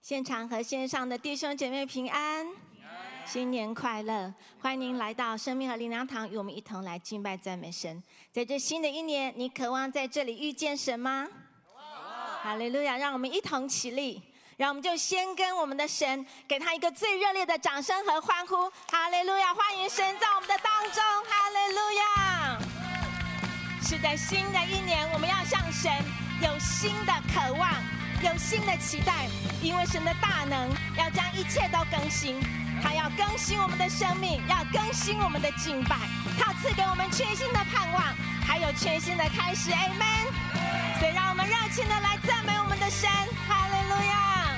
现场和线上的弟兄姐妹平安，新年快乐！欢迎您来到生命和灵粮堂，与我们一同来敬拜赞美神。在这新的一年，你渴望在这里遇见神吗？哈利路亚！让我们一同起立，让我们就先跟我们的神，给他一个最热烈的掌声和欢呼！哈利路亚！欢迎神在我们的当中！哈利路亚！是的，新的一年，我们要向神有新的渴望，有新的期待，因为神的大能要将一切都更新，他要更新我们的生命，要更新我们的敬拜，他要赐给我们全新的盼望，还有全新的开始。 Amen。 所以让我们热情的来赞美我们的神。哈利路亚！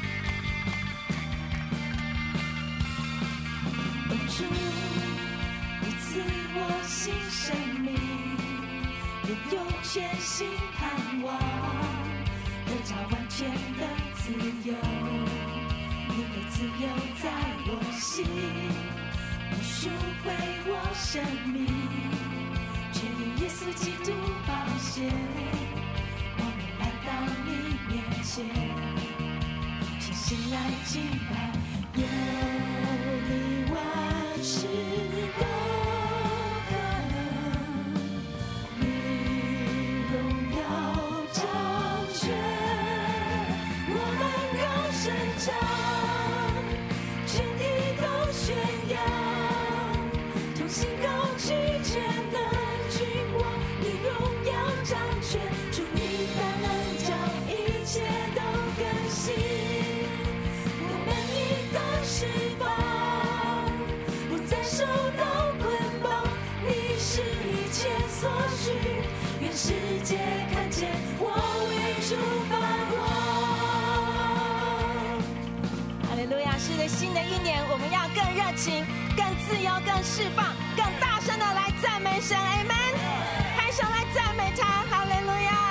主，你赐我新生命，拥有全新盼望，得着完全的自由，你的自由在我心，你赎回我生命，全因耶稣基督宝血，我们来到你面前，全心来敬拜，有你万事都可能，你荣耀掌权，我们高声唱，全地都宣扬，同心高举全能君王，你荣耀掌权，主你大能将一切都更新，我们已得释放，不再受到捆绑，你是一切所需，愿世界看见我为主发光。 哈利路亚！是的，新的一年，我们要更热情、更自由、更释放、更大声的来赞美神。 Amen。 拍手来赞美他。哈利路亚！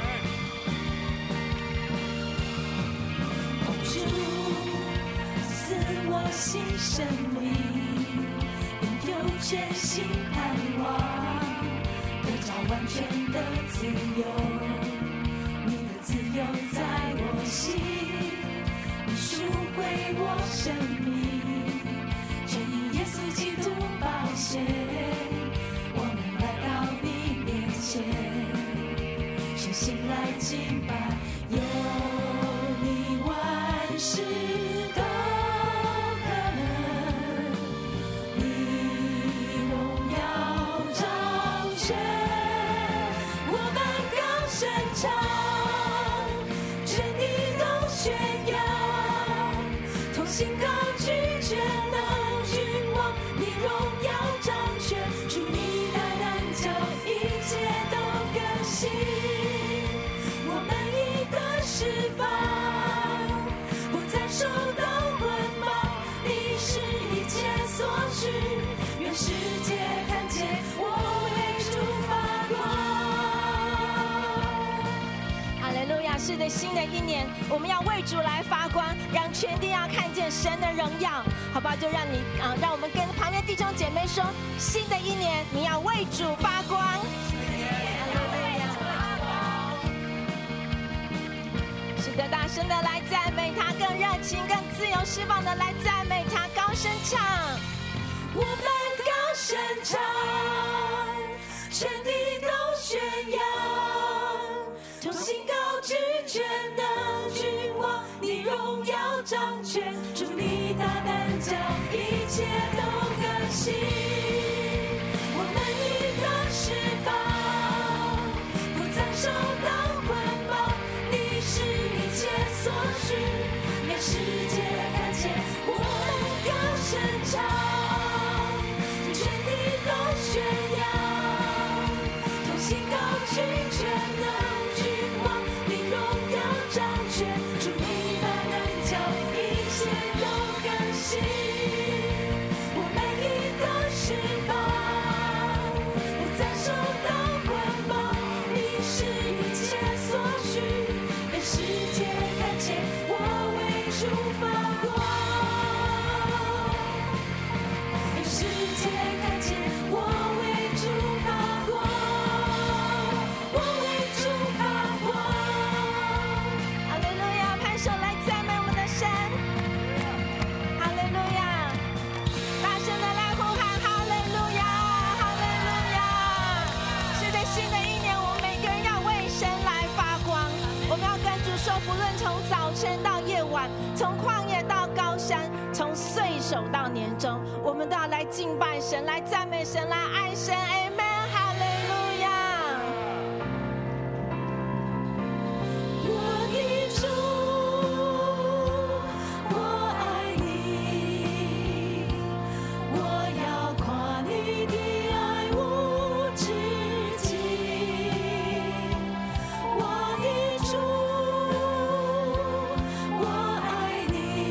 主赐我新生命，拥有全新盼望，得着完全的自由，你的自由在我心，你赎回我生命，全因耶稣基督宝血，我们来到你面前，全心来敬拜，有你万事都可能，你荣耀掌权，我们高声唱，全地都宣扬，同心高举全能君王，你荣耀掌权，主你大能将一切都更新，我们已得释放，不再受到捆绑，你是一切所需，愿世界看见我为主发光。 哈利路亚！是的，新的一年，我们要为主来发光，让全地要看见神的荣耀，好不好？就让我们跟旁边弟兄姐妹说，新的一年你要为主发光。是的，大声的来赞美他，更热情、更自由、释放的来赞美他，高声唱。 我们高声唱，全地都宣扬，同心高举全能君王，你荣耀掌权，主你大能将一切都更新，我们已得释放，不再受到捆绑，你是一切所需，愿世界看见我们高声唱，全地都宣扬，同心高举全能君王，你荣耀掌权，主你大能将一切都更新，我们已得释放，不再受到捆绑，你是一切所需，愿世界看见我为主发光，愿世界看见我为主发光，我为主走到年终，我们都要来敬拜神，来赞美神，来爱神。Amen， 哈利路亚。 我的主，我爱你，我要夸你的爱无止境。我的主，我爱你，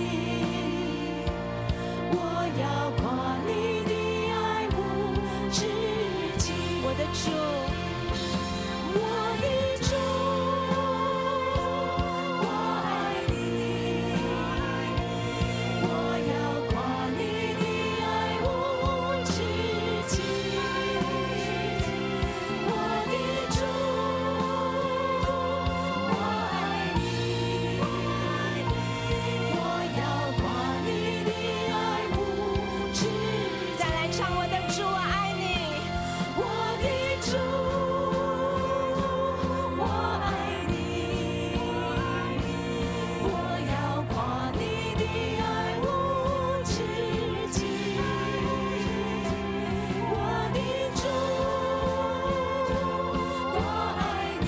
我要夸你的爱无止境。 我的主， 我的主，我爱你，我要夸你的爱无止境。我的主，我爱你，我要夸你的爱无止境。 再来唱我的主，我爱你。 我的主，我爱你，我要夸你的爱无止境。我的主，我爱你，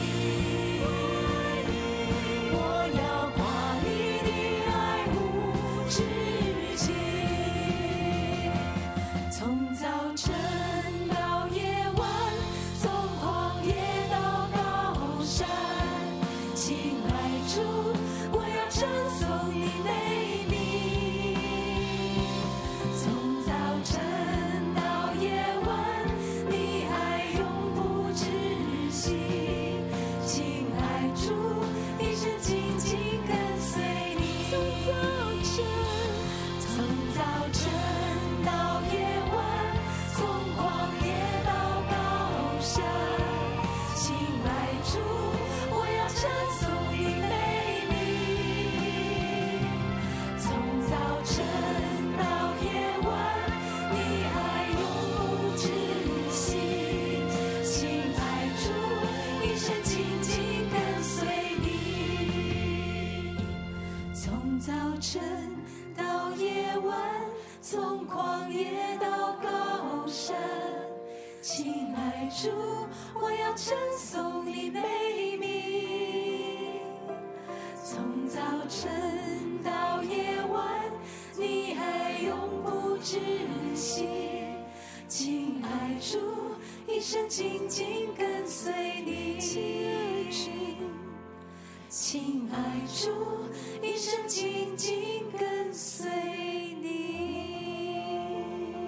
我要夸你的爱无止境。从早晨到夜晚，从旷野到高山，亲爱主，我要称颂你美名。从早晨到夜晚，你爱永不止息。亲爱主，一生紧紧跟随你。从早晨到夜晚，从旷野到高山，亲爱主，我要称颂你美名。从早晨到夜晚，你爱永不止息。亲爱主，一生紧紧跟随你。从早晨到夜晚，从旷野到高山，亲爱主，我要称颂你美名。从早晨到夜晚，你爱永不止息。亲爱主，一生紧紧跟随你。亲爱主，一生紧紧跟随你。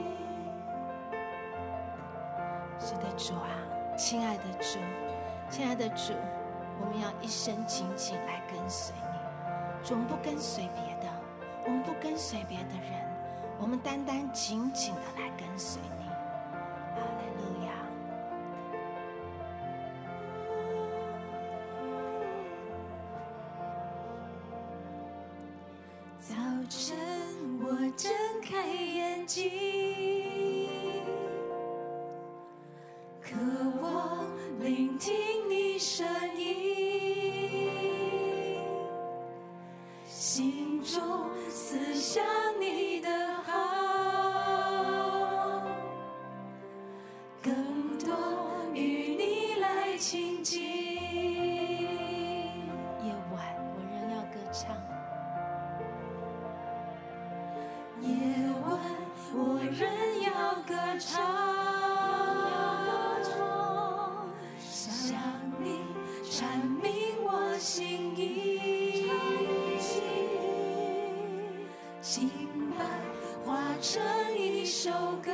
是的，主啊，亲爱的主，亲爱的主，我们要一生紧紧来跟随你。主，我们不跟随别的，我们不跟随别的人，我们单单紧紧的来跟随你。哈利路亚。 早晨我睁开眼睛，渴望聆听你声音，心中思想你的好，更多与你来亲近。 夜晚我仍要歌唱， 夜晚我仍要歌唱，向你阐明我心意，敬拜化成一首歌，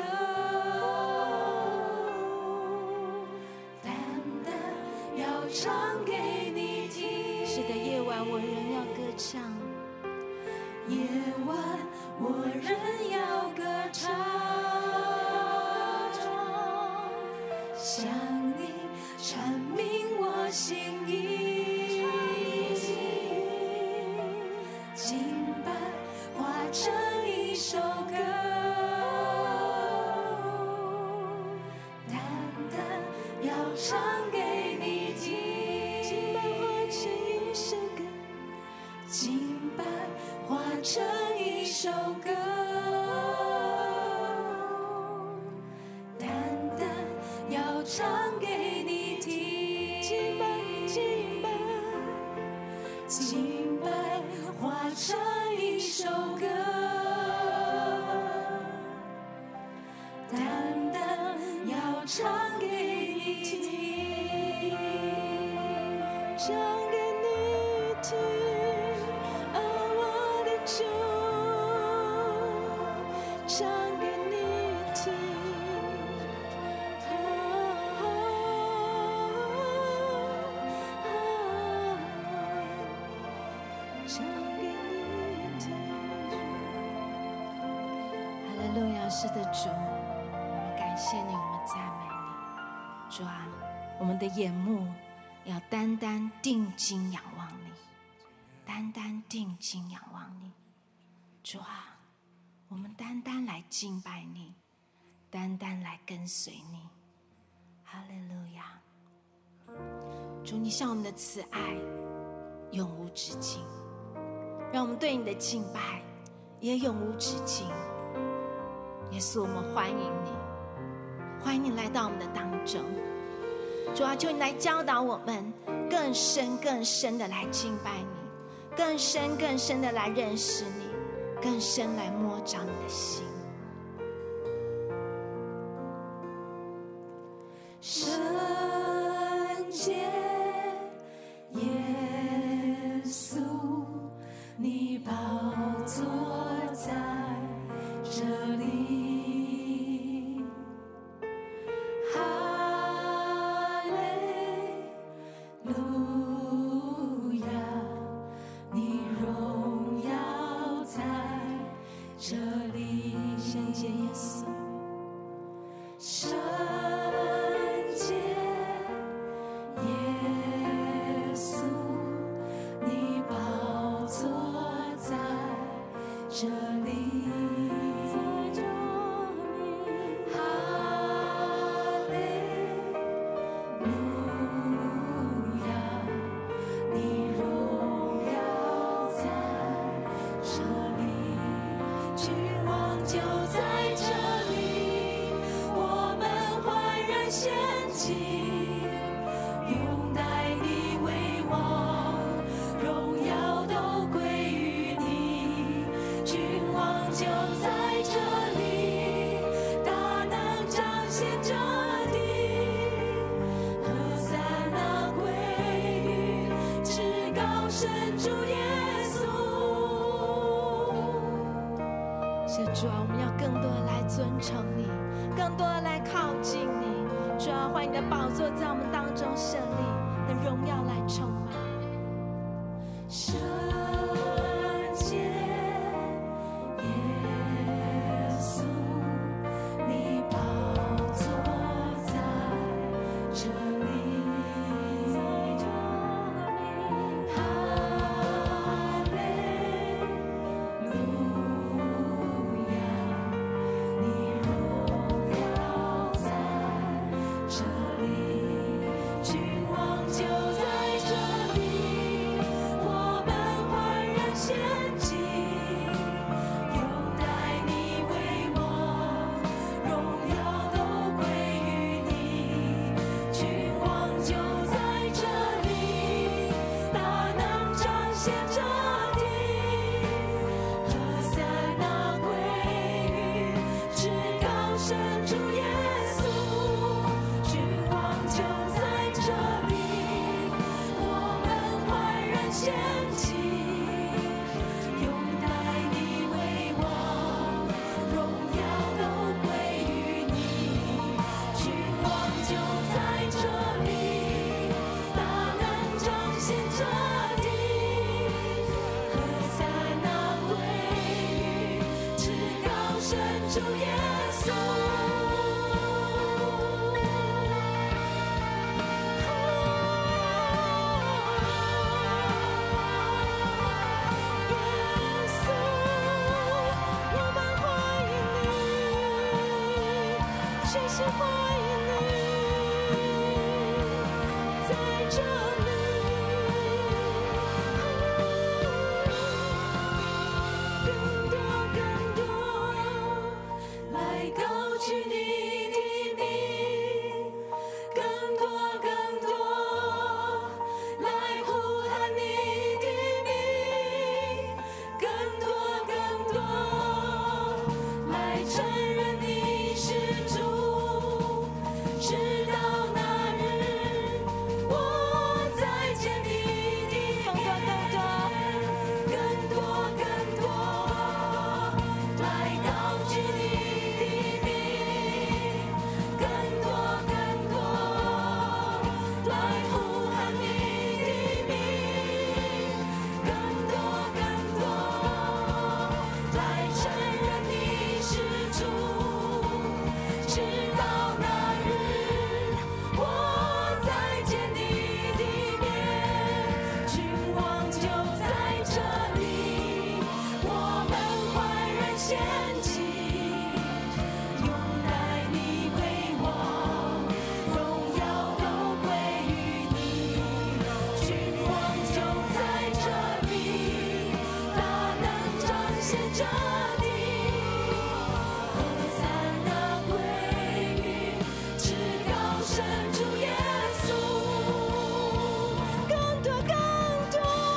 单单要唱给你听。 是的，夜晚我仍要歌唱， 夜晚我仍要歌唱，向你阐明我心意，敬拜化成一首歌，单单要唱给你听。敬拜化成一首歌，敬拜化成一首歌。 唱给你听。敬拜，敬拜，敬拜化成一首歌，单单要唱给你听，唱给你听，哦，我的主，唱给你听，唱给你听。 哈利路亚，是的，主，我们感谢你，我们赞美你。主啊，我们的眼目要单单定睛仰望你，单单定睛仰望你。主啊，我们单单来敬拜你，单单来跟随你。哈利路亚！主，你向我们的慈爱永无止境，让我们对你的敬拜也永无止境。耶稣，我们欢迎你，欢迎你来到我们的当中。主啊，求你来教导我们更深更深的来敬拜你，更深更深的来认识你，更深来摸着你的心。 圣洁耶稣，你宝座在这里，哈利路亚，你荣耀在这里。 圣洁耶稣， 圣洁耶稣，你宝座在这里，哈利路亚，你荣耀在这里，君王就在这里，我们焕然献祭，拥戴你为王，荣耀都归于你。君王就在这里，大能彰显这地，和散那归于至高神主耶稣。 是主啊，我们要更多的来尊崇你，更多的来靠近你。主啊，欢迎你的宝座在我们当中设立，你的荣耀来充满。 圣洁耶稣，你宝座在这里，哈利路亚，你荣耀在这里，君王就在这里，我们焕然献祭，拥戴你为王，荣耀都归于你。君王就在这里，大能彰显这地，和散那归于至高神主耶稣。君王就在这里，我们焕然献祭，拥戴你为王，荣耀都归于你。君王就在这里，大能彰显这地，和散那归于至高神主耶稣。耶稣，我们欢迎你，全心欢迎你，在这里，更多更多来高举你的名， 显着地，何塞那归于至高神主耶稣。更多更多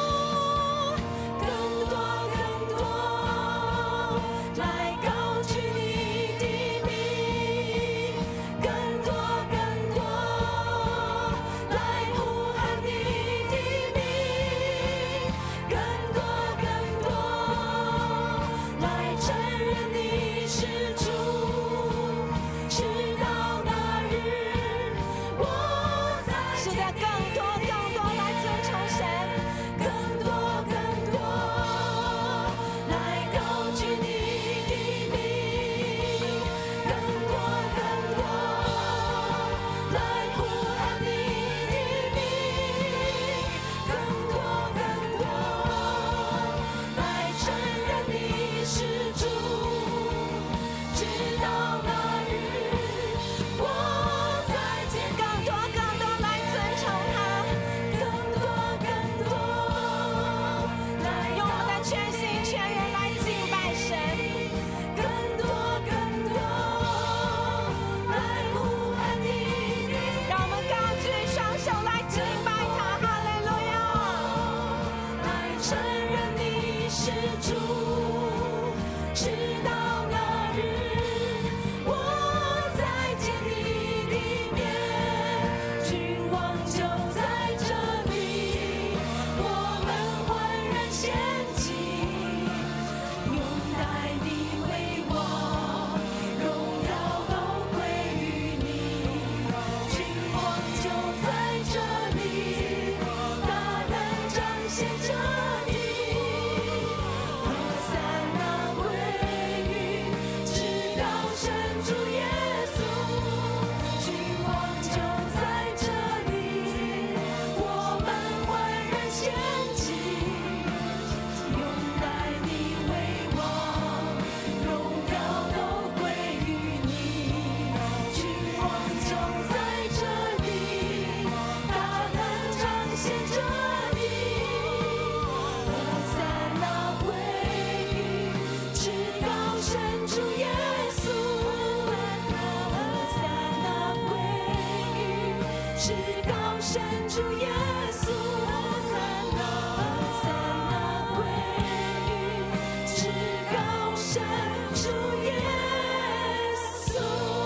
更多更多来高举你的名，更多更多来呼喊你的名，更多更多来承认你是主，直到那日我再是的，更多更多来尊崇神。 更多更多来高举你的名，更多更多来呼喊你的名，更多更多来承认你是主，直到那日我再见。 更多更多来尊崇他， 更多更多来用我们的全心全人来敬拜神。 更多更多来呼喊你的名， 让我们高举双手来敬拜他，哈利路亚！ 来承认你是主，直到那日我再见你的面，君王就在这里，我们焕然献祭，拥戴你为王，荣耀都归于你，君王就在这里，大能彰显着你，何塞那归于至高神主耶稣，君王就在这里，我们焕然献祭，拥戴你为王，荣耀都归于你，君王就在这里，大能彰显着你，何塞那归于至高神主耶稣，何塞那归于至高神主耶稣，何塞那归于至高神主耶稣，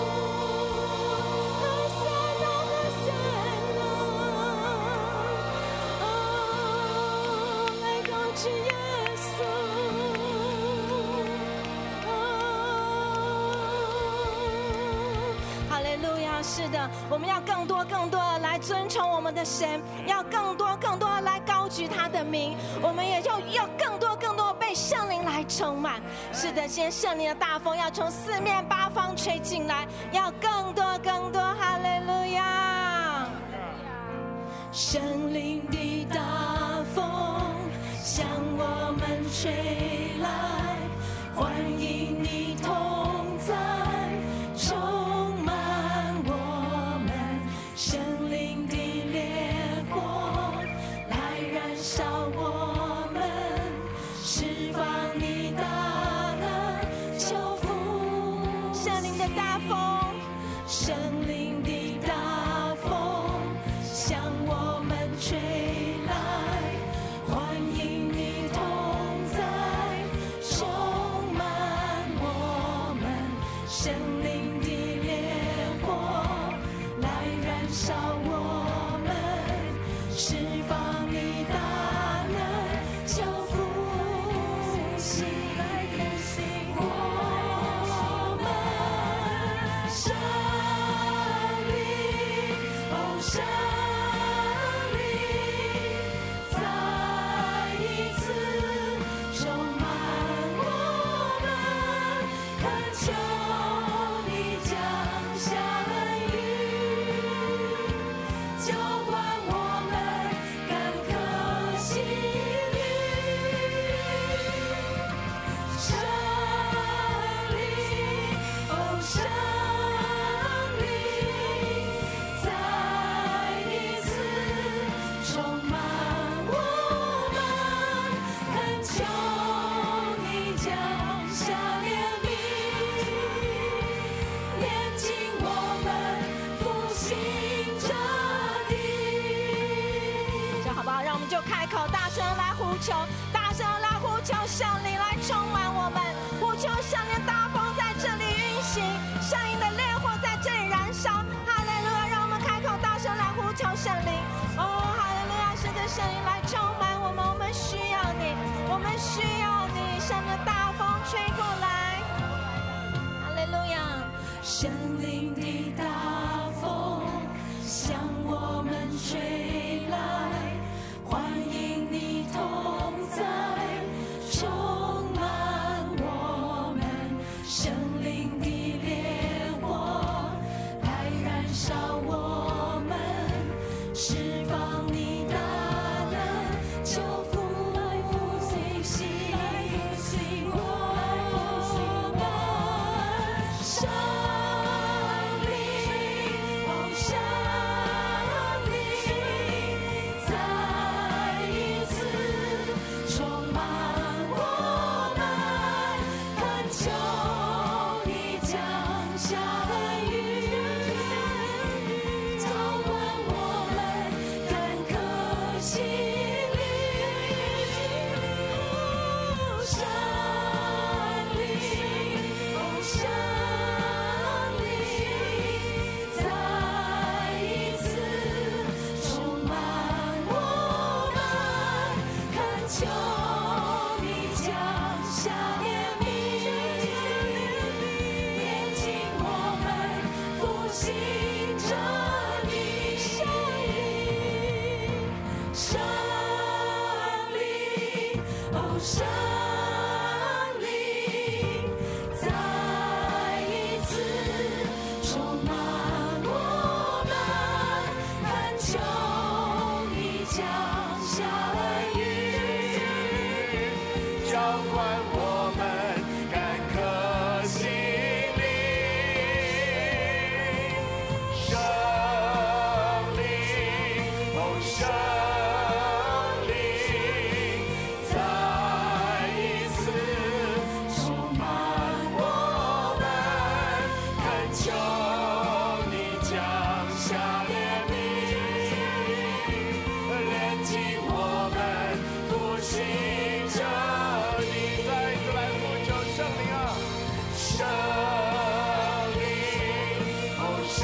何塞那来高举耶稣， 哈利路亚！是的，我们要更多更多的来尊崇我们的神，要更多更多的来高举他的名，我们也就要更多更多被圣灵来充满。是的，现在圣灵的大风要从四面八方吹进来，要更多更多，哈利路亚！ 圣灵的大风向我们吹来，欢迎你同在，充满我们，圣灵的烈火来燃烧我们，释放你大能，救赎圣灵的大风， 圣灵的大风向我们吹来，欢迎你同在，充满我们，圣灵的烈火来燃烧我们，释放你大能，救复兴我们，圣灵，哦圣灵，再一次充满我们，恳求你降下恩雨，浇灌我们干渴心灵，圣灵，哦圣灵，再一次充满我们，恳求你降求，大声来呼求圣灵来充满我们，呼求圣灵大风在这里运行，圣灵的烈火在这里燃烧。哈利路亚！让我们开口大声来呼求圣灵。哦，哈利路亚！是的，圣灵来充满我们，我们需要你，我们需要你，圣灵的大风吹过来。哈利路亚！ 圣灵的大风向我们吹来，欢迎你同在，充满我们。圣灵的烈火来燃烧我们，释放你大能，救赎复兴我们。圣灵，哦，圣灵，再一次充满我们，恳求你降下恩雨，浇灌我们干渴心灵。圣灵，哦，圣灵，再一次充满我们，恳求你降下怜悯，连进我们，复兴着你。圣灵，哦，圣灵，再一次充满我们，恳求你降下恩雨， 浇灌我们干渴心灵。圣灵，哦，圣灵，再一次充满我们，恳求你降下怜悯，连进我们，复兴着你。再一次来呼求圣灵啊！圣灵，哦，圣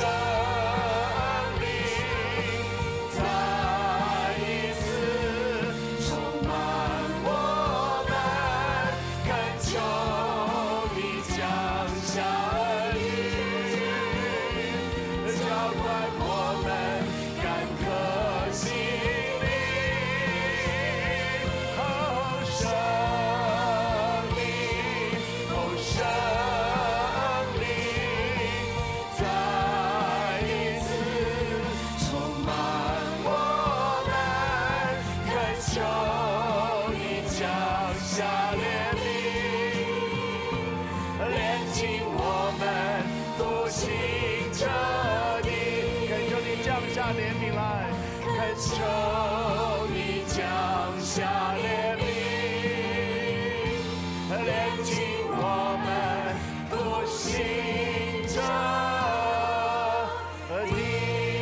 灵，再一次充满我们，恳求你降下恩雨，浇灌我们干渴心灵。哦，圣灵，哦，圣灵，再一次充满我们，恳求你降下怜悯，连进我们，复兴着你。恳求你降下怜悯来，恳求你降下怜悯，连进我们，复兴着你。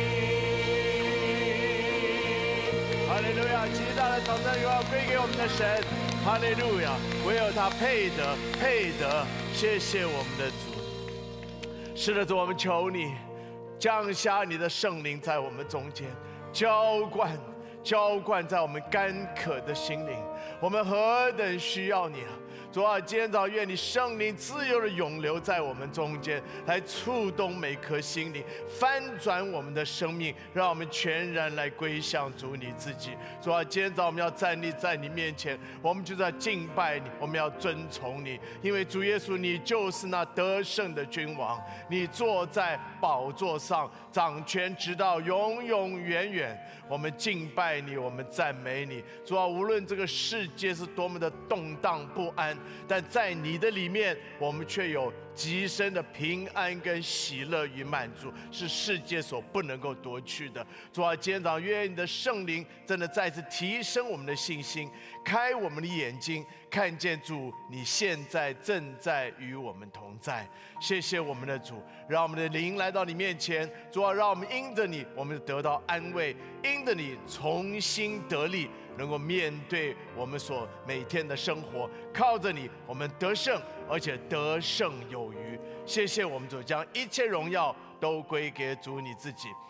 哈利路亚！极大的掌声荣耀归给我们的神。哈利路亚！唯有他配得，配得。谢谢我们的主。是的，主，我们求你降下你的圣灵在我们中间，浇灌在我们干渴的心灵。我们何等需要你啊！主啊，今天早愿你圣灵自由的涌流在我们中间，来触动每颗心灵，翻转我们的生命，让我们全然来归向主你自己。主啊，今天早我们要站立在你面前，我们就在敬拜你，我们要尊崇你，因为主耶稣，你就是那得胜的君王，你坐在宝座上，掌权直到永永远远。我们敬拜你，我们赞美你。主啊，无论这个世界是多么的动荡不安，但在你的里面，我们却有极深的平安跟喜乐与满足，是世界所不能够夺去的。主啊，今天早上愿你的圣灵真的再次提升我们的信心，开我们的眼睛，看见主你现在正在与我们同在。谢谢我们的主，让我们的灵来到你面前。主啊，让我们因着你，我们得到安慰，因着你重新得力， 能够面对我们所每天的生活。靠着你，我们得胜，而且得胜有余。谢谢我们主，将一切荣耀都归给主你自己。